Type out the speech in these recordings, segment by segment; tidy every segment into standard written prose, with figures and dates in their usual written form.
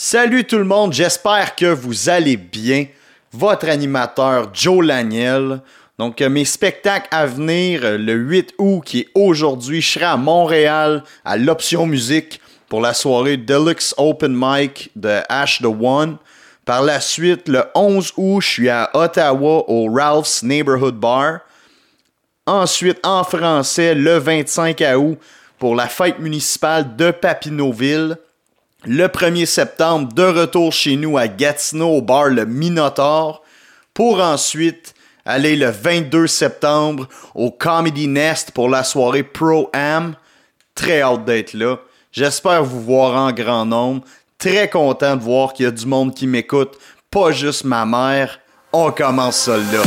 Salut tout le monde, j'espère que vous allez bien. Votre animateur Joe Laniel. Donc mes spectacles à venir, le 8 août qui est aujourd'hui, je serai à Montréal à l'Option Musique pour la soirée Deluxe Open Mic de Ash the One. Par la suite, le 11 août, je suis à Ottawa au Ralph's Neighborhood Bar. Ensuite, en français, le 25 août pour la fête municipale de Papineauville. Le 1er septembre, de retour chez nous à Gatineau au bar Le Minotaur. Pour ensuite aller le 22 septembre au Comedy Nest pour la soirée Pro-Am. Très hâte d'être là. J'espère vous voir en grand nombre. Très content de voir qu'il y a du monde qui m'écoute. Pas juste ma mère. On commence ça là.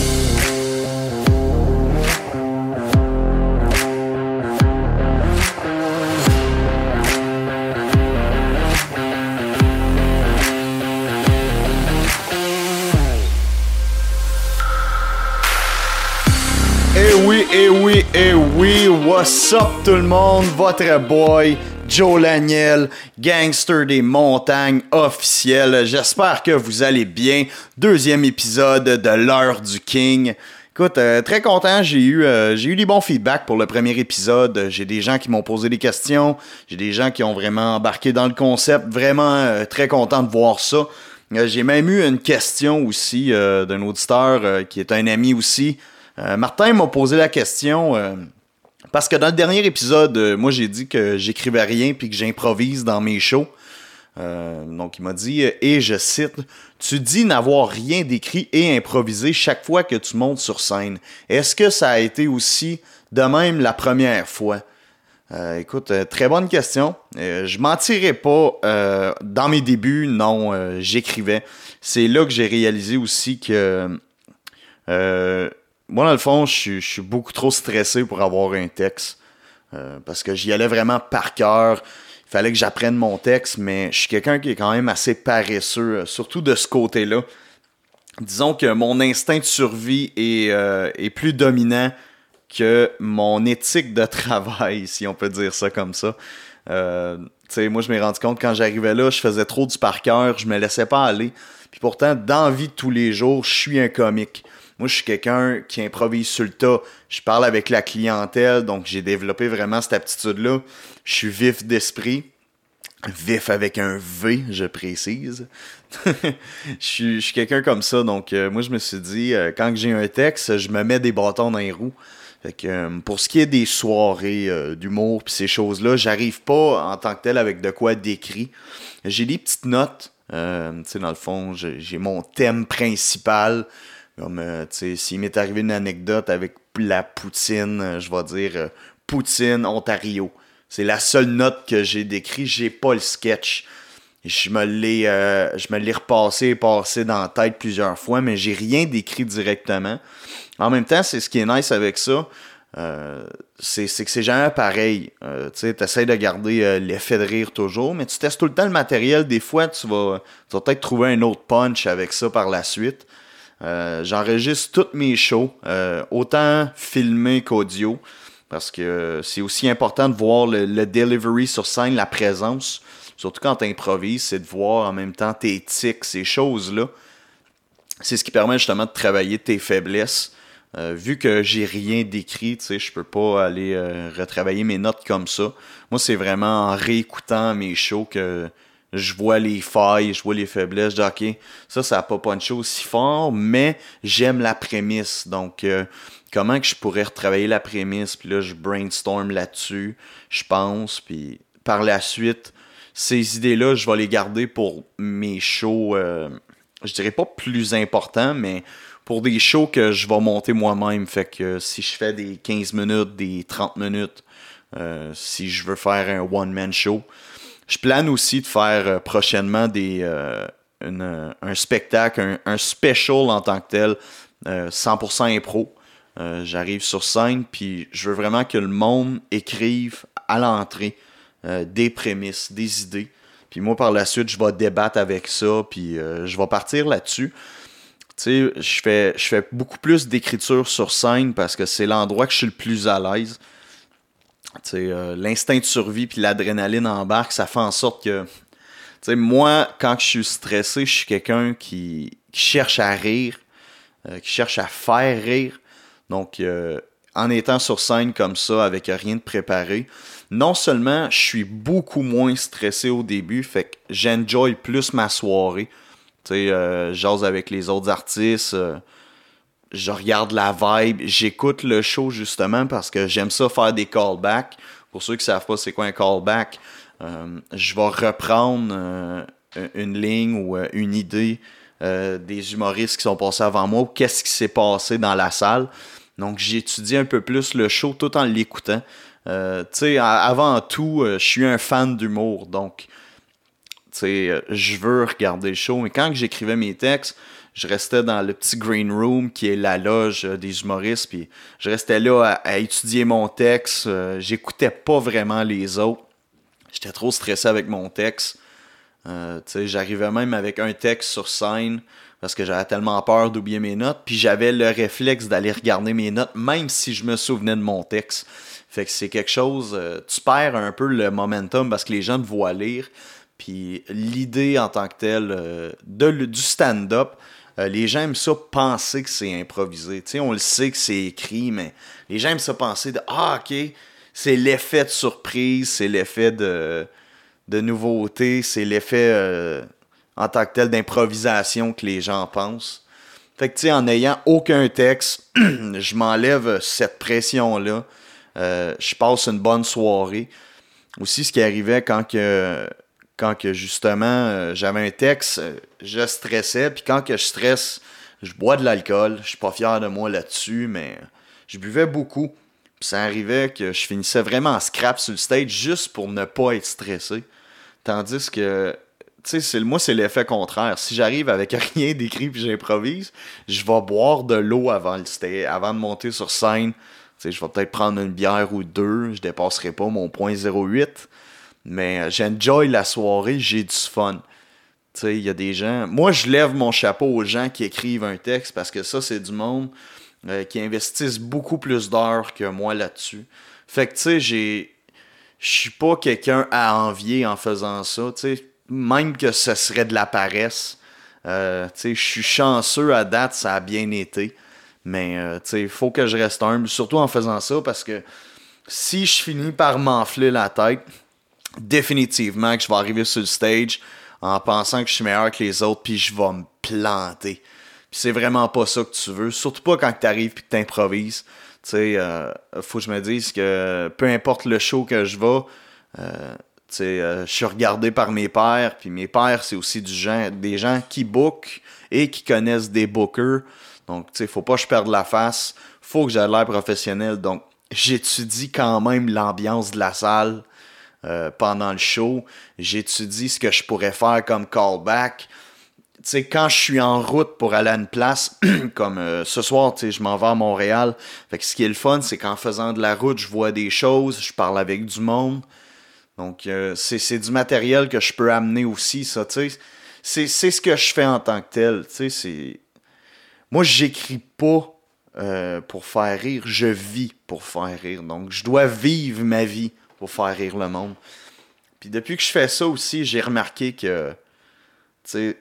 Eh oui, what's up tout le monde, votre boy Joe Laniel, gangster des montagnes officiel. J'espère que vous allez bien. Deuxième épisode de l'heure du King. Écoute, très content, j'ai eu des bons feedbacks pour le premier épisode. J'ai des gens qui m'ont posé des questions, j'ai des gens qui ont vraiment embarqué dans le concept. Vraiment très content de voir ça. J'ai même eu une question aussi d'un auditeur qui est un ami aussi. Martin m'a posé la question parce que dans le dernier épisode, moi j'ai dit que j'écrivais rien puis que j'improvise dans mes shows. Donc il m'a dit, et je cite, « Tu dis n'avoir rien d'écrit et improvisé chaque fois que tu montes sur scène. Est-ce que ça a été aussi de même la première fois? » Écoute, très bonne question. Je mentirais pas. Dans mes débuts, non, j'écrivais. C'est là que j'ai réalisé aussi que... moi, dans le fond, je suis beaucoup trop stressé pour avoir un texte. Parce que j'y allais vraiment par cœur. Il fallait que j'apprenne mon texte, mais je suis quelqu'un qui est quand même assez paresseux, surtout de ce côté-là. Disons que mon instinct de survie est plus dominant que mon éthique de travail, si on peut dire ça comme ça. Tu sais, moi, je m'ai rendu compte quand j'arrivais là, je faisais trop du par cœur, je me laissais pas aller. Puis pourtant, dans la vie de tous les jours, je suis un comique. Moi, je suis quelqu'un qui improvise sur le tas. Je parle avec la clientèle, donc j'ai développé vraiment cette aptitude-là. Je suis vif d'esprit. Vif avec un V, je précise. Je suis quelqu'un comme ça, donc moi, je me suis dit, quand j'ai un texte, je me mets des bâtons dans les roues. Fait que, pour ce qui est des soirées d'humour pis ces choses-là, j'arrive pas en tant que tel avec de quoi d'écrit. J'ai des petites notes. Tu sais, dans le fond, j'ai mon thème principal. Comme, tu sais, s'il m'est arrivé une anecdote avec la poutine, je vais dire Poutine, Ontario. C'est la seule note que j'ai décrit. J'ai pas le sketch. Je me l'ai repassé et passé dans la tête plusieurs fois, mais j'ai rien décrit directement. En même temps, c'est ce qui est nice avec ça. C'est que c'est jamais pareil. Tu sais, t'essaies de garder l'effet de rire toujours, mais tu testes tout le temps le matériel. Des fois, tu vas peut-être trouver un autre punch avec ça par la suite. J'enregistre toutes mes shows, autant filmé qu'audio, parce que c'est aussi important de voir le delivery sur scène, la présence, surtout quand tu improvises, c'est de voir en même temps tes tics, ces choses-là. C'est ce qui permet justement de travailler tes faiblesses. Vu que j'ai rien d'écrit, tu sais, je peux pas aller retravailler mes notes comme ça. Moi, c'est vraiment en réécoutant mes shows que je vois les failles, je vois les faiblesses, je dis ok, ça a pas punché aussi fort, mais j'aime la prémisse, donc comment que je pourrais retravailler la prémisse, puis là je brainstorm là-dessus, je pense, puis par la suite, ces idées-là, je vais les garder pour mes shows, je dirais pas plus importants, mais pour des shows que je vais monter moi-même, fait que si je fais des 15 minutes, des 30 minutes, si je veux faire un one-man show, je plane aussi de faire prochainement un spectacle, un special en tant que tel, 100% impro. J'arrive sur scène, puis je veux vraiment que le monde écrive à l'entrée des prémices, des idées. Puis moi, par la suite, je vais débattre avec ça, puis je vais partir là-dessus. Tu sais, je fais beaucoup plus d'écriture sur scène parce que c'est l'endroit que je suis le plus à l'aise. Tu sais, l'instinct de survie puis l'adrénaline embarque, ça fait en sorte que sais, moi, quand je suis stressé, je suis quelqu'un qui cherche à rire, qui cherche à faire rire. Donc, en étant sur scène comme ça, avec rien de préparé, non seulement je suis beaucoup moins stressé au début, fait que j'enjoy plus ma soirée. Tu sais, je jase avec les autres artistes, je regarde la vibe, j'écoute le show justement parce que j'aime ça faire des callbacks. Pour ceux qui savent pas c'est quoi un callback, je vais reprendre une ligne ou une idée des humoristes qui sont passés avant moi ou qu'est-ce qui s'est passé dans la salle. Donc j'étudie un peu plus le show tout en l'écoutant. Tu sais, avant tout, je suis un fan d'humour, donc tu sais, je veux regarder le show. Mais quand j'écrivais mes textes, je restais dans le petit green room qui est la loge des humoristes, puis je restais là à étudier mon texte. J'écoutais pas vraiment les autres. J'étais trop stressé avec mon texte. Tu sais, j'arrivais même avec un texte sur scène parce que j'avais tellement peur d'oublier mes notes, puis j'avais le réflexe d'aller regarder mes notes, même si je me souvenais de mon texte. Fait que c'est quelque chose, tu perds un peu le momentum parce que les gens te voient lire, puis l'idée en tant que telle du stand-up, les gens aiment ça penser que c'est improvisé. Tu sais, on le sait que c'est écrit, mais les gens aiment ça penser de ah, ok, c'est l'effet de surprise, c'est l'effet de nouveauté, c'est l'effet en tant que tel d'improvisation que les gens pensent. Fait que tu sais, en n'ayant aucun texte, je m'enlève cette pression-là. Je passe une bonne soirée. Aussi, ce qui arrivait quand que justement j'avais un texte, je stressais. Puis quand que je stresse, je bois de l'alcool. Je suis pas fier de moi là-dessus, mais je buvais beaucoup. Puis ça arrivait que je finissais vraiment en scrap sur le stage juste pour ne pas être stressé. Tandis que, tu sais, moi, c'est l'effet contraire. Si j'arrive avec rien d'écrit puis j'improvise, je vais boire de l'eau avant de monter sur scène. Tu sais, je vais peut-être prendre une bière ou deux. Je dépasserai pas mon 0.08. Mais j'enjoy la soirée, j'ai du fun. Tu sais, il y a des gens... Moi, je lève mon chapeau aux gens qui écrivent un texte parce que ça, c'est du monde qui investissent beaucoup plus d'heures que moi là-dessus. Fait que, tu sais, je suis pas quelqu'un à envier en faisant ça. Tu sais, même que ce serait de la paresse. Tu sais, je suis chanceux à date, ça a bien été. Mais, tu sais, il faut que je reste humble, surtout en faisant ça parce que si je finis par m'enfler la tête, définitivement que je vais arriver sur le stage en pensant que je suis meilleur que les autres puis je vais me planter. Puis c'est vraiment pas ça que tu veux, surtout pas quand t'arrives puis que t'improvises. Tu sais, faut que je me dise que peu importe le show que je vais, tu sais, je suis regardé par mes pairs, puis mes pairs, c'est aussi des gens qui bookent et qui connaissent des bookers. Donc, tu sais, faut pas que je perde la face, faut que j'ai l'air professionnel. Donc, j'étudie quand même l'ambiance de la salle pendant le show. J'étudie ce que je pourrais faire comme callback. Tu sais, quand je suis en route pour aller à une place, comme ce soir, tu sais, je m'en vais à Montréal. Fait que ce qui est le fun, c'est qu'en faisant de la route, je vois des choses, je parle avec du monde. Donc, c'est du matériel que je peux amener aussi, ça, tu sais. C'est ce que je fais en tant que tel, tu sais, c'est... Moi, j'écris pas pour faire rire, je vis pour faire rire. Donc, je dois vivre ma vie pour faire rire le monde. Puis depuis que je fais ça aussi, j'ai remarqué que, tu sais,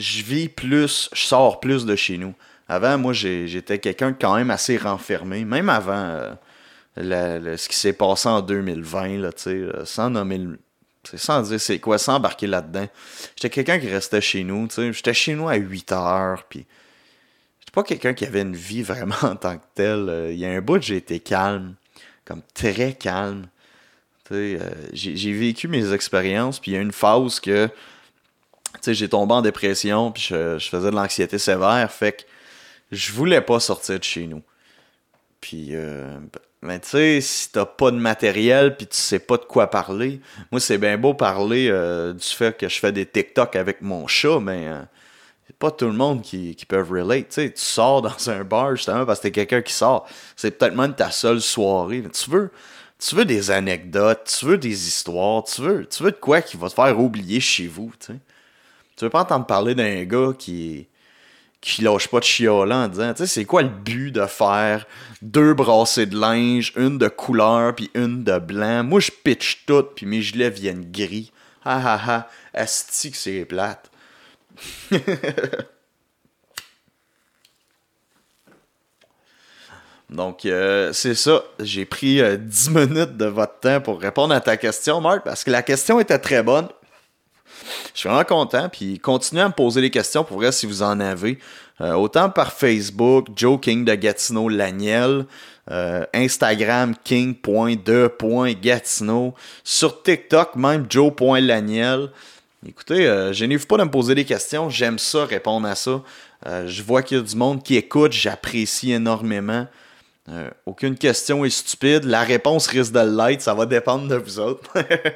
je sors plus de chez nous. Avant, moi, j'étais quelqu'un de quand même assez renfermé, même avant ce qui s'est passé en 2020, là, tu sais, sans nommer sans dire c'est quoi, sans embarquer là-dedans. J'étais quelqu'un qui restait chez nous, tu sais, j'étais chez nous à 8 heures, puis j'étais pas quelqu'un qui avait une vie vraiment en tant que telle. Il y a un bout, j'ai été calme, comme très calme. Tu sais, j'ai vécu mes expériences, puis il y a une phase que, tu sais, j'ai tombé en dépression, puis je faisais de l'anxiété sévère, fait que je voulais pas sortir de chez nous. Puis, mais tu sais, si t'as pas de matériel puis tu sais pas de quoi parler, moi c'est bien beau parler du fait que je fais des TikTok avec mon chat, mais c'est pas tout le monde qui peuvent relate. Tu sais, tu sors dans un bar justement parce que t'es quelqu'un qui sort. C'est peut-être même ta seule soirée. Mais tu veux des anecdotes, tu veux des histoires, tu veux de quoi qui va te faire oublier chez vous, tu sais. Tu veux pas entendre parler d'un gars qui lâche pas de chialer en disant, tu sais, c'est quoi le but de faire 2 brassées de linge, une de couleur puis une de blanc. Moi, je pitch tout puis mes gilets viennent gris. Ha ha ha. Asti que c'est plate. Donc, c'est ça. J'ai pris 10 minutes de votre temps pour répondre à ta question, Marc, parce que la question était très bonne. Je suis vraiment content. Puis continuez à me poser des questions pour vrai si vous en avez. Autant par Facebook, Joe King de Gatineau Laniel, Instagram king.de.gatineau, sur TikTok même Joe.laniel. Écoutez, gênez-vous pas de me poser des questions. J'aime ça, répondre à ça. Je vois qu'il y a du monde qui écoute. J'apprécie énormément. Aucune question est stupide. La réponse risque de l'être. Ça va dépendre de vous autres.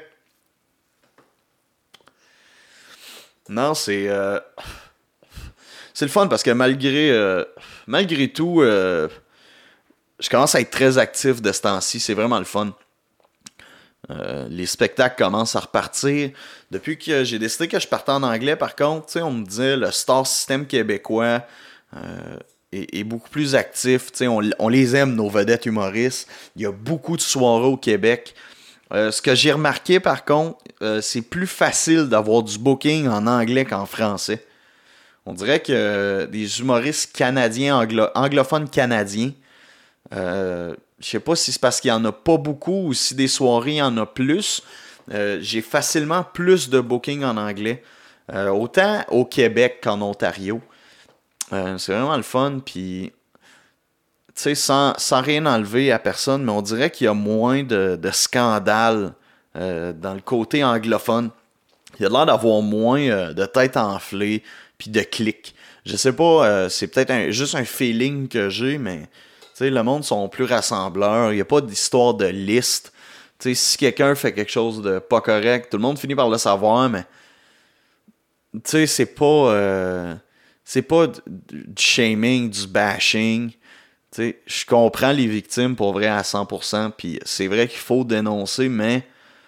Non, c'est le fun parce que malgré tout, je commence à être très actif de ce temps-ci. C'est vraiment le fun. Les spectacles commencent à repartir. Depuis que j'ai décidé que je partais en anglais, par contre, on me disait le Star System québécois est beaucoup plus actif. On les aime, nos vedettes humoristes. Il y a beaucoup de soirées au Québec. Ce que j'ai remarqué, par contre, c'est plus facile d'avoir du booking en anglais qu'en français. On dirait que des humoristes canadiens, anglophones canadiens, je sais pas si c'est parce qu'il y en a pas beaucoup ou si des soirées il y en a plus. J'ai facilement plus de booking en anglais. Autant au Québec qu'en Ontario. C'est vraiment le fun. Puis, tu sais, sans rien enlever à personne, mais on dirait qu'il y a moins de scandales dans le côté anglophone. Il y a l'air d'avoir moins de têtes enflées puis de clics. Je sais pas, c'est peut-être juste un feeling que j'ai, mais tu sais, le monde sont plus rassembleurs. Il n'y a pas d'histoire de liste. Tu sais, si quelqu'un fait quelque chose de pas correct, tout le monde finit par le savoir, mais tu sais, c'est pas du shaming, du bashing. Tu sais, je comprends les victimes pour vrai à 100%, puis c'est vrai qu'il faut dénoncer, mais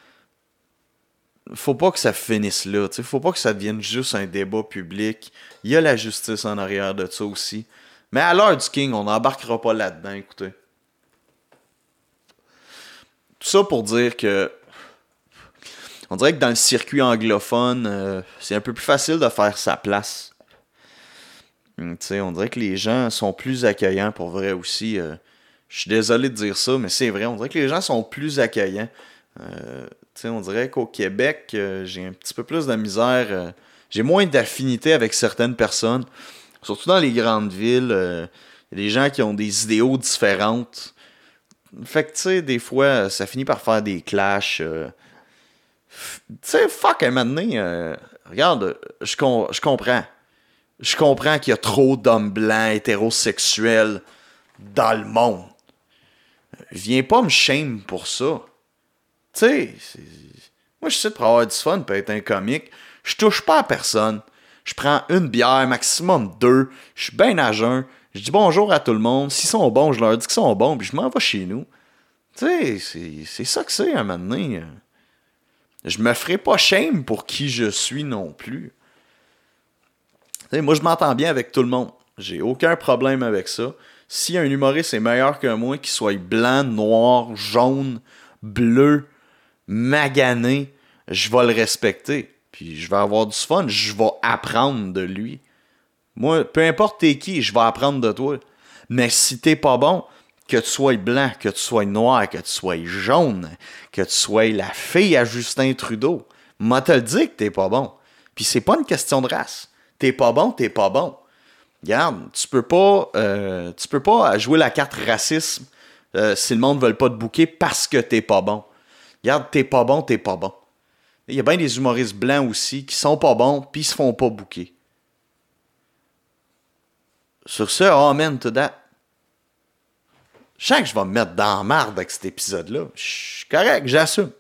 faut pas que ça finisse là. Tu sais, faut pas que ça devienne juste un débat public. Il y a la justice en arrière de ça aussi. Mais à l'heure du King, on n'embarquera pas là-dedans, écoutez. Tout ça pour dire que on dirait que dans le circuit anglophone, c'est un peu plus facile de faire sa place. T'sais, on dirait que les gens sont plus accueillants pour vrai aussi. Je suis désolé de dire ça, mais c'est vrai. On dirait que les gens sont plus accueillants. On dirait qu'au Québec, j'ai un petit peu plus de misère. J'ai moins d'affinité avec certaines personnes. Surtout dans les grandes villes. Il y a des gens qui ont des idéaux différentes. Fait que, tu sais, des fois, ça finit par faire des clashs. Tu sais, fuck, à un moment donné, regarde, je comprends. Je comprends qu'il y a trop d'hommes blancs hétérosexuels dans le monde. Viens pas me shame pour ça. Tu sais, moi je suis pour avoir du fun, peut être un comique. Je touche pas à personne. Je prends une bière, maximum 2. Je suis bien à jeun. Je dis bonjour à tout le monde. S'ils sont bons, je leur dis qu'ils sont bons, puis je m'en vais chez nous. Tu sais, c'est ça que c'est un moment donné. Je me ferai pas shame pour qui je suis non plus. T'sais, moi, je m'entends bien avec tout le monde. J'ai aucun problème avec ça. Si un humoriste est meilleur que moi, qu'il soit blanc, noir, jaune, bleu, magané, je vais le respecter. Puis je vais avoir du fun. Je vais apprendre de lui. Moi, peu importe t'es qui, je vais apprendre de toi. Mais si t'es pas bon, que tu sois blanc, que tu sois noir, que tu sois jaune, que tu sois la fille à Justin Trudeau, moi te le dis que t'es pas bon. Puis c'est pas une question de race. T'es pas bon, t'es pas bon. Regarde, tu peux pas jouer la carte racisme si le monde ne veut pas te booker parce que t'es pas bon. Regarde, t'es pas bon, t'es pas bon. Il y a bien des humoristes blancs aussi qui sont pas bons puis ils se font pas booker. Sur ce, amen to that. Je sens que je vais me mettre dans la marde avec cet épisode-là. Je suis correct, j'assume.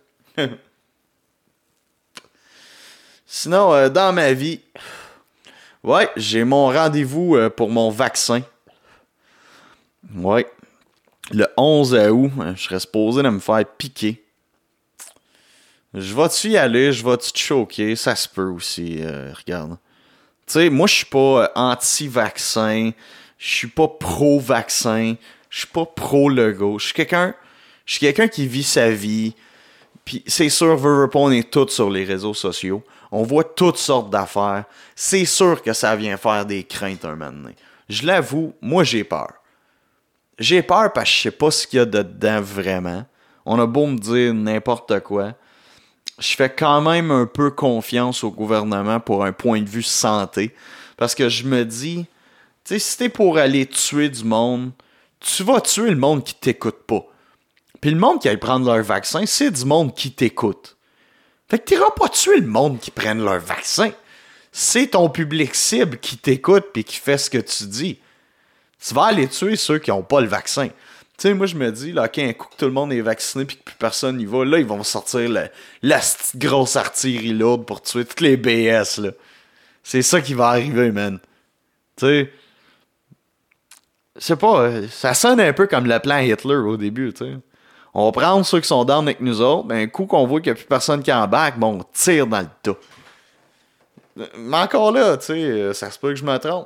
Sinon, dans ma vie... Ouais, j'ai mon rendez-vous pour mon vaccin. Ouais. Le 11 août, je serais supposé de me faire piquer. Je vais-tu y aller? Je vais-tu te choquer? Ça se peut aussi, regarde. Tu sais, moi, je suis pas anti-vaccin. Je suis pas pro-vaccin. Je suis pas pro-Legault. Je suis quelqu'un qui vit sa vie. Puis c'est sûr, veut pas, on est tous sur les réseaux sociaux. On voit toutes sortes d'affaires. C'est sûr que ça vient faire des craintes un moment donné. Je l'avoue, moi j'ai peur. J'ai peur parce que je sais pas ce qu'il y a dedans vraiment. On a beau me dire n'importe quoi. Je fais quand même un peu confiance au gouvernement pour un point de vue santé. Parce que je me dis, tu sais, si t'es pour aller tuer du monde, tu vas tuer le monde qui t'écoute pas. Puis le monde qui aille prendre leur vaccin, c'est du monde qui t'écoute. Fait que t'iras pas tuer le monde qui prenne leur vaccin. C'est ton public cible qui t'écoute puis qui fait ce que tu dis. Tu vas aller tuer ceux qui ont pas le vaccin. Tu sais, moi je me dis, là, un coup que tout le monde est vacciné puis que plus personne n'y va, là, ils vont sortir la petite grosse artillerie lourde pour tuer toutes les BS, là. C'est ça qui va arriver, man. Tu sais, je sais pas, ça sonne un peu comme le plan Hitler au début, tu sais. On va prendre ceux qui sont down avec nous autres, ben un coup qu'on voit qu'il n'y a plus personne qui embarque, bon, on tire dans le tas. Mais encore là, tu sais, ça se peut que je me trompe.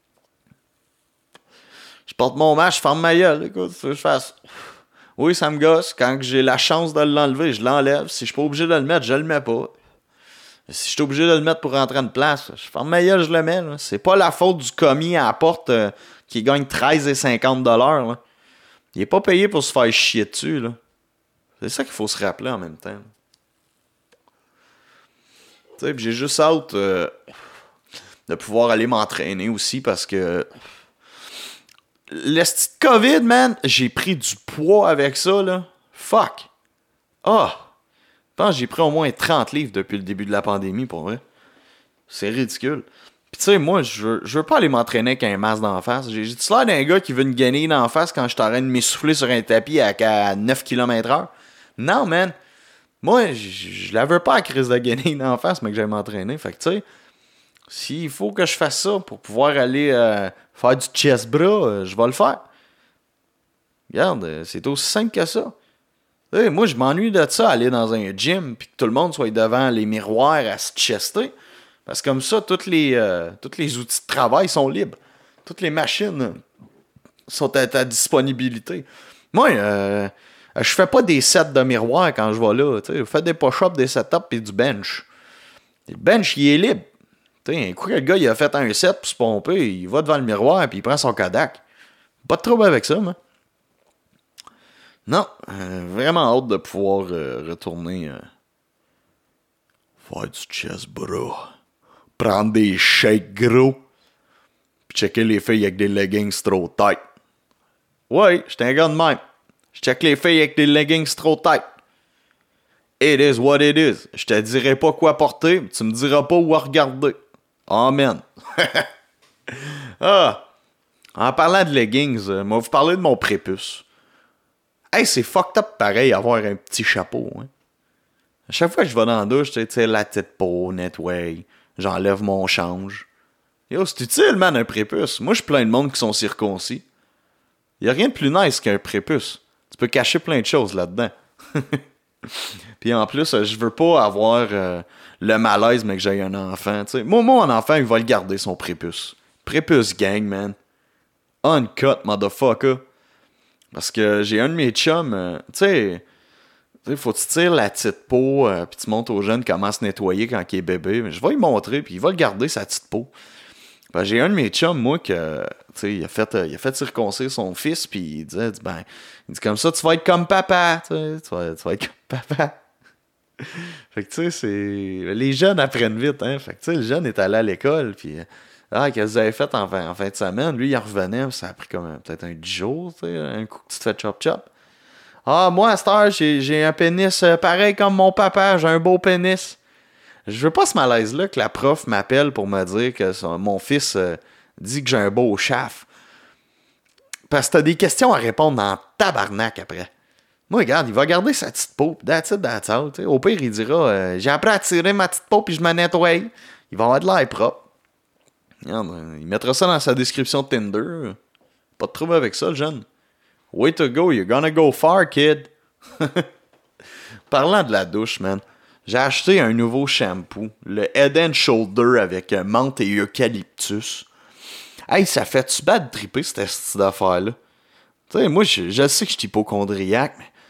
Je porte mon masque, je ferme ma gueule, écoute, ce que je fasse. Oui, ça me gosse. Quand j'ai la chance de l'enlever, je l'enlève. Si je suis pas obligé de le mettre, je le mets pas. Si je suis obligé de le mettre pour rentrer en place, je ferme ma gueule, je le mets. Là. C'est pas la faute du commis à la porte qui gagne 13,50 $. Il est pas payé pour se faire chier dessus. Là. C'est ça qu'il faut se rappeler en même temps. Tu sais, j'ai juste hâte de pouvoir aller m'entraîner aussi parce que le petit COVID, man, j'ai pris du poids avec ça, là. Fuck. Ah. Je pense que j'ai pris au moins 30 livres depuis le début de la pandémie, pour vrai. C'est ridicule. Pis tu sais, moi, je veux pas aller m'entraîner avec un masque d'en face. J'ai-tu l'air d'un gars qui veut une guenille d'en face quand je t'arrête de m'essouffler sur un tapis à 9 km/h? Non, man. Moi, je la veux pas à crise de guenille d'en face, mais que j'aille m'entraîner. Fait que tu sais, s'il faut que je fasse ça pour pouvoir aller faire du chest bras, je vais le faire. Regarde, c'est aussi simple que ça. Hey, moi, je m'ennuie de ça, aller dans un gym puis que tout le monde soit devant les miroirs à se chester. Parce que comme ça, tous les outils de travail sont libres. Toutes les machines sont à ta disponibilité. Moi, je fais pas des sets de miroirs quand je vais là. Je fais des push-ups, des setups et du bench. Le bench, il est libre. T'sais, un coup que le gars il a fait un set pour se pomper, il va devant le miroir et il prend son Kodak. Pas de trouble avec ça, moi. Non, vraiment hâte de pouvoir retourner faire du chest bras. Prendre des shakes gros. Puis checker les filles avec des leggings trop tight. Ouais, j'étais un gars de même. Je check les filles avec des leggings trop tight. It is what it is. Je te dirai pas quoi porter, tu me diras pas où regarder. Amen. Ah, en parlant de leggings, moi vous parler de mon prépuce. Hey, c'est fucked up pareil avoir un petit chapeau. Hein. À chaque fois que je vais dans la douche, tu sais, la petite peau, netway, j'enlève mon change. Yo, c'est utile, man, un prépuce. Moi, je suis plein de monde qui sont circoncis. Y a rien de plus nice qu'un prépuce. Tu peux cacher plein de choses là-dedans. Puis en plus, je veux pas avoir le malaise, mais que j'ai un enfant. T'sais. Moi, mon enfant, il va le garder, son prépuce. Prépuce gang, man. Uncut, motherfucker. Parce que j'ai un de mes chums, tu sais, faut que tu tires la petite peau, puis tu montres aux jeunes comment se nettoyer quand il est bébé. Mais je vais lui montrer, puis il va le garder, sa petite peau. Ben, j'ai un de mes chums, moi, que, tu sais, il a fait circoncire son fils, puis il dit comme ça, tu vas être comme papa, tu vas être comme papa. Fait que, tu sais, les jeunes apprennent vite, hein. Fait que, tu sais, le jeune est allé à l'école, puis... qu'est-ce que vous avez fait en fin de semaine? Lui, il en revenait, ça a pris comme peut-être un 10 jours, tu sais, un coup que tu te fais chop-chop. Ah, moi, à cette heure, j'ai un pénis pareil comme mon papa, j'ai un beau pénis. Je veux pas ce malaise-là que la prof m'appelle pour me dire que mon fils dit que j'ai un beau chaf. Parce que t'as des questions à répondre dans tabarnak après. Moi, regarde, il va garder sa petite peau, that's it. Au pire, il dira j'ai appris à tirer ma petite peau puis je me nettoie. Il va avoir de l'air propre. Regarde, il mettra ça dans sa description de Tinder. Pas de trouble avec ça, le jeune. Way to go, you're gonna go far, kid. Parlant de la douche, man, j'ai acheté un nouveau shampoo, le Head and Shoulder avec menthe et eucalyptus. Hey, ça fait-tu bad tripper cette affaire-là? Tu sais, moi, je sais que je suis hypochondriaque, mais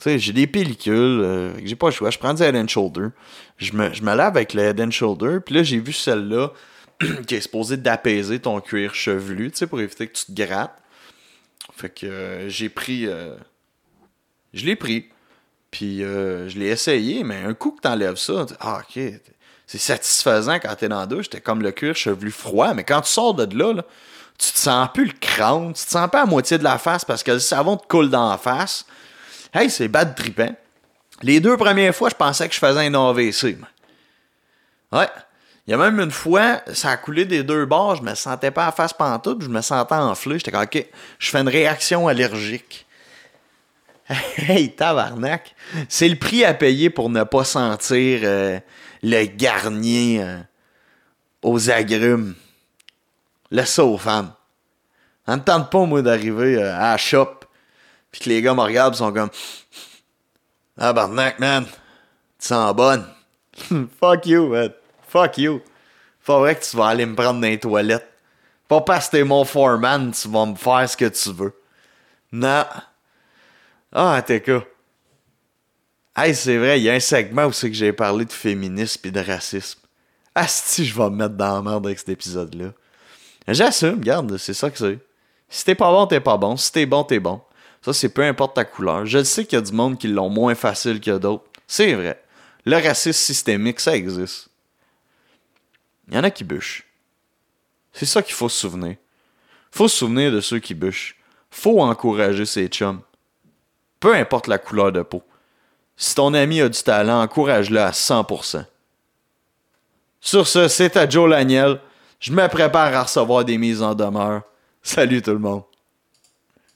Tu sais, j'ai des pellicules, j'ai pas le choix. Je prends du Head and Shoulder. Je me lave avec le Head and Shoulder. Puis là, j'ai vu celle-là qui est supposée d'apaiser ton cuir chevelu, tu sais, pour éviter que tu te grattes. Fait que j'ai pris... je l'ai pris. Puis je l'ai essayé, mais un coup que t'enlèves ça, ok, c'est satisfaisant quand t'es dans la douche. T'es comme le cuir chevelu froid, mais quand tu sors de là, tu te sens plus le crâne, tu te sens pas à moitié de la face parce que le savon te coule dans la face. Hey, c'est bad trippant. Les 2 premières fois, je pensais que je faisais un AVC. Ouais. Il y a même une fois, ça a coulé des 2 bords, je me sentais pas à face pantoute, je me sentais enflé. J'étais comme, ok, je fais une réaction allergique. Hey, tabarnak! C'est le prix à payer pour ne pas sentir le garnier aux agrumes. Laisse ça aux femmes. Ça me tente pas, moi, d'arriver à la shop pis que les gars me regardent et sont comme tabarnak, man! Tu sens bonne! Fuck you, man! Fuck you! Faudrait que tu vas aller me prendre dans les toilettes. Pas parce que t'es mon foreman, tu vas me faire ce que tu veux. Non! Ah, t'es quoi? Hey, c'est vrai, il y a un segment où c'est que j'ai parlé de féminisme et de racisme. Asti, je vais me mettre dans la merde avec cet épisode-là. J'assume, regarde, c'est ça que c'est. Si t'es pas bon, t'es pas bon. Si t'es bon, t'es bon. Ça, c'est peu importe ta couleur. Je sais qu'il y a du monde qui l'ont moins facile que d'autres. C'est vrai. Le racisme systémique, ça existe. Il y en a qui bûchent. C'est ça qu'il faut se souvenir. Faut se souvenir de ceux qui bûchent. Faut encourager ses chums. Peu importe la couleur de peau. Si ton ami a du talent, encourage-le à 100%. Sur ce, c'est à Joe Laniel. Je me prépare à recevoir des mises en demeure. Salut tout le monde.